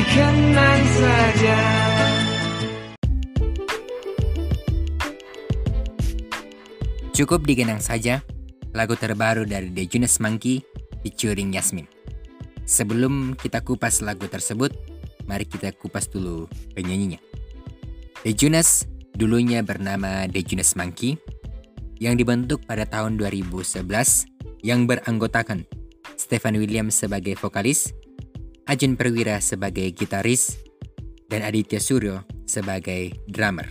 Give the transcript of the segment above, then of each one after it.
dikenang saja. Cukup dikenang saja, lagu terbaru dari The Jonas Monkey featuring Yasmin. Sebelum kita kupas lagu tersebut, mari kita kupas dulu penyanyinya. The Jonas dulunya bernama The Jonas Monkey, yang dibentuk pada tahun 2011, yang beranggotakan Stefan William sebagai vokalis, Ajun Perwira sebagai gitaris, dan Aditya Suryo sebagai drummer.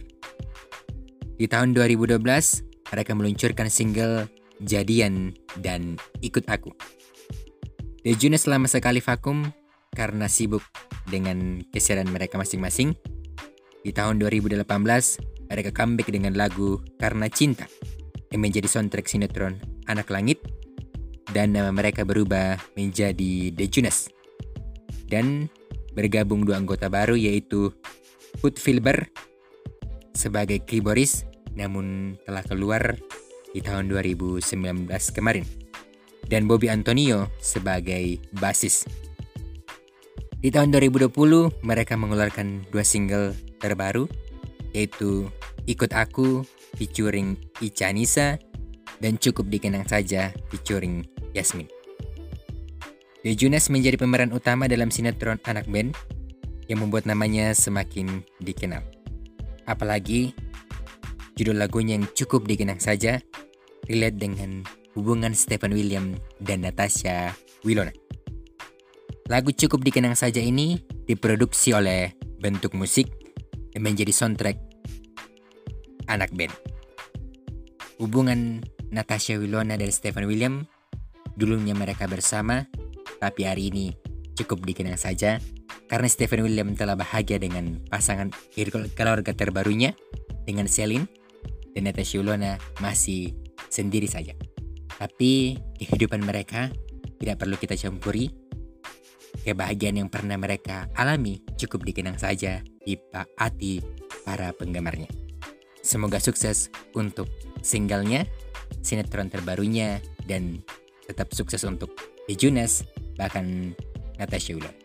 Di tahun 2012, mereka meluncurkan single Jadian dan Ikut Aku. The Jonas selama sekali vakum karena sibuk dengan kesiaran mereka masing-masing. Di tahun 2018, mereka comeback dengan lagu Karena Cinta yang menjadi soundtrack sinetron Anak Langit, dan nama mereka berubah menjadi The Jonas. Dan bergabung dua anggota baru, yaitu Put Filber sebagai keyboardis, namun telah keluar di tahun 2019 kemarin, dan Bobby Antonio sebagai basis. Di tahun 2020 mereka mengeluarkan dua single terbaru, yaitu Ikut Aku featuring Ica Anissa dan Cukup Dikenang Saja featuring Yasmin. The Jonas menjadi pemeran utama dalam sinetron Anak Band yang membuat namanya semakin dikenal. Apalagi judul lagunya yang Cukup Dikenang Saja relate dengan hubungan Stefan William dan Natasha Wilona. Lagu Cukup Dikenang Saja ini diproduksi oleh Bentuk Musik yang menjadi soundtrack Anak Band. Hubungan Natasha Wilona dan Stefan William, dulunya mereka bersama, tapi hari ini cukup dikenang saja karena Stefan William telah bahagia dengan pasangan keluarga terbarunya dengan Celine, dan Natasha Wilona masih sendiri saja. Tapi kehidupan mereka tidak perlu kita campuri. Kebahagiaan yang pernah mereka alami cukup dikenang saja di hati para penggemarnya. Semoga sukses untuk singlenya, sinetron terbarunya, dan tetap sukses untuk The Jonas, bahkan Natasha Wilona.